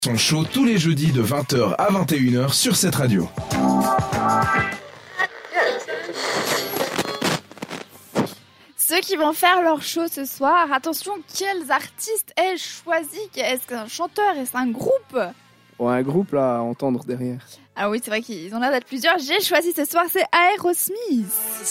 Son show tous les jeudis de 20h à 21h sur cette radio. Ceux qui vont faire leur show ce soir, attention, quels artistes ai-je choisi? Est-ce qu'un chanteur? Est-ce un groupe? Ouais, un groupe là à entendre derrière. Ah oui, c'est vrai qu'ils ont l'air d'être plusieurs. J'ai choisi ce soir, c'est Aerosmith.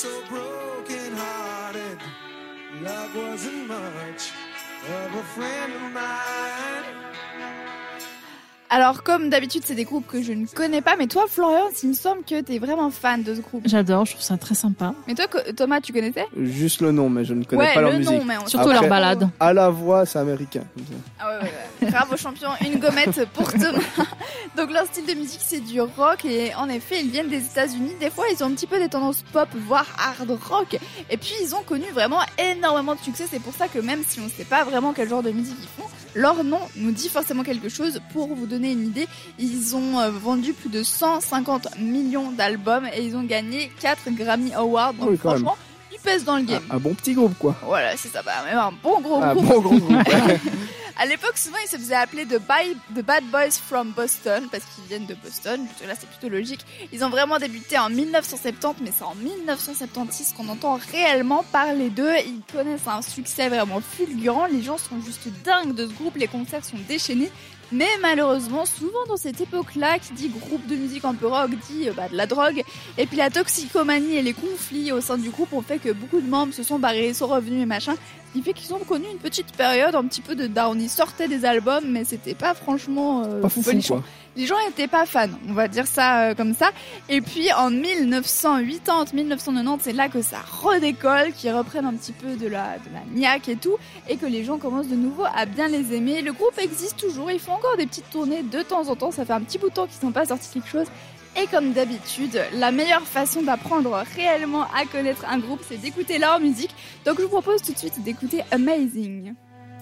Alors, comme d'habitude, c'est des groupes que je ne connais pas. Mais toi, Florence, il me semble que t'es vraiment fan de ce groupe. J'adore, je trouve ça très sympa. Mais toi, Thomas, tu connaissais? Juste le nom, mais je ne connais pas leur musique. Surtout leur balade. À la voix, c'est américain. Comme ça. Ah ouais. Bravo champion, une gommette pour Thomas. Donc leur style de musique, c'est du rock. Et en effet, ils viennent des États-Unis. Des fois, ils ont un petit peu des tendances pop, voire hard rock. Et puis, ils ont connu vraiment énormément de succès. C'est pour ça que même si on ne sait pas vraiment quel genre de musique ils font, leur nom nous dit forcément quelque chose. Pour vous donner une idée, ils ont vendu plus de 150 millions d'albums et ils ont gagné 4 Grammy Awards. Donc franchement, ils pèsent dans le game. Un bon petit groupe, quoi. Voilà, c'est ça. Même un bon gros groupe. Un bon gros groupe. À l'époque, souvent, ils se faisaient appeler The Bad Boys from Boston parce qu'ils viennent de Boston. Là, c'est plutôt logique. Ils ont vraiment débuté en 1970, mais c'est en 1976 qu'on entend réellement parler d'eux. Ils connaissent un succès vraiment fulgurant. Les gens sont juste dingues de ce groupe. Les concerts sont déchaînés. Mais malheureusement, souvent dans cette époque-là, qui dit groupe de musique un peu rock, dit de la drogue. Et puis la toxicomanie et les conflits au sein du groupe ont fait que beaucoup de membres se sont barrés, sont revenus et machin. Ce qui fait qu'ils ont connu une petite période un petit peu de down. Ils sortaient des albums, mais c'était pas franchement pas foufou, quoi. Les gens étaient pas fans, on va dire ça comme ça. Et puis en 1980-1990, c'est là que ça redécolle, qu'ils reprennent un petit peu de la niaque et tout, et que les gens commencent de nouveau à bien les aimer. Le groupe existe toujours, ils font encore des petites tournées de temps en temps, ça fait un petit bout de temps qu'ils n'ont pas sorti quelque chose. Et comme d'habitude, la meilleure façon d'apprendre réellement à connaître un groupe, c'est d'écouter leur musique. Donc je vous propose tout de suite d'écouter Amazing.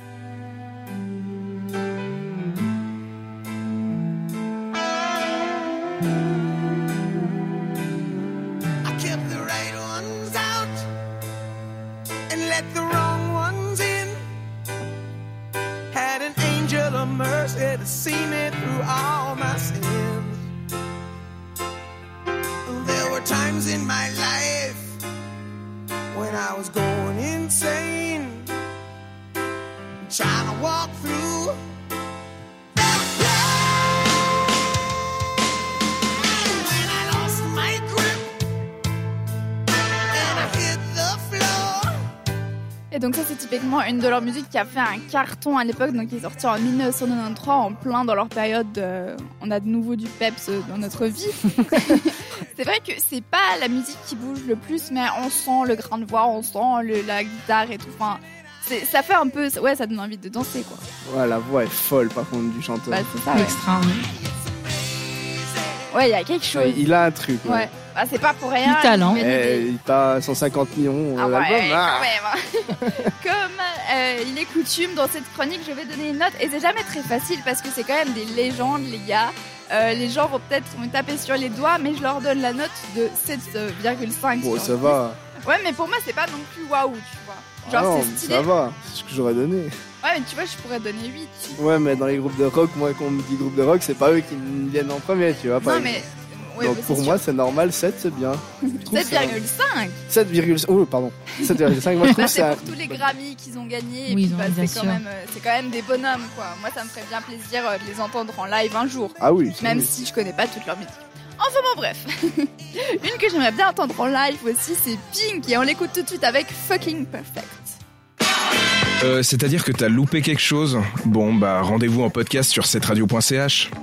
Mercy to see me through all my sins. There were times in my life when I was going insane, trying to walk through that pain. When I lost my grip and I hit the floor. Et donc ça c'est typiquement une de leurs musiques qui a fait un carton à l'époque, donc qui est sortie en 1993 en plein dans leur période on a de nouveau du peps dans notre vie. C'est vrai que c'est pas la musique qui bouge le plus, mais on sent le grain de voix, on sent la guitare et tout, enfin ça fait un peu, ouais, ça donne envie de danser quoi. Ouais, la voix est folle par contre du chanteur. Bah c'est ça, extra. Ouais, il y a quelque chose. Ouais, il a un truc. Ouais. Ah, c'est pas pour rien. Du talent. Il t'a 150 millions l'album. Ouais, quand même. Comme il est coutume dans cette chronique, je vais donner une note. Et c'est jamais très facile parce que c'est quand même des légendes, les gars. Les gens vont peut-être me taper sur les doigts, mais je leur donne la note de 7,5. Bon, ça va. Ouais, mais pour moi, c'est pas non plus waouh, tu vois. Genre, non, c'est stylé. ça va, c'est ce que j'aurais donné. Ouais, mais tu vois, je pourrais donner 8. Ouais, mais dans les groupes de rock, moi, quand on me dit groupe de rock, c'est pas eux qui me viennent en premier, tu vois. Non, mais. Ouais, donc pour moi, c'est normal, 7, c'est bien. 7,5 7,5. Oh, pardon. 7,5, moi je trouve c'est pour tous les Grammy qu'ils ont gagnés. Oui, et puis, c'est quand même des bonhommes, quoi. Moi, ça me ferait bien plaisir de les entendre en live un jour. Ah oui. Même si je connais pas toute leur musique. Enfin bon, bref. Une que j'aimerais bien entendre en live aussi, c'est Pink. Et on l'écoute tout de suite avec Fucking Perfect. C'est-à-dire que t'as loupé quelque chose? Bon, bah rendez-vous en podcast sur cetteradio.ch.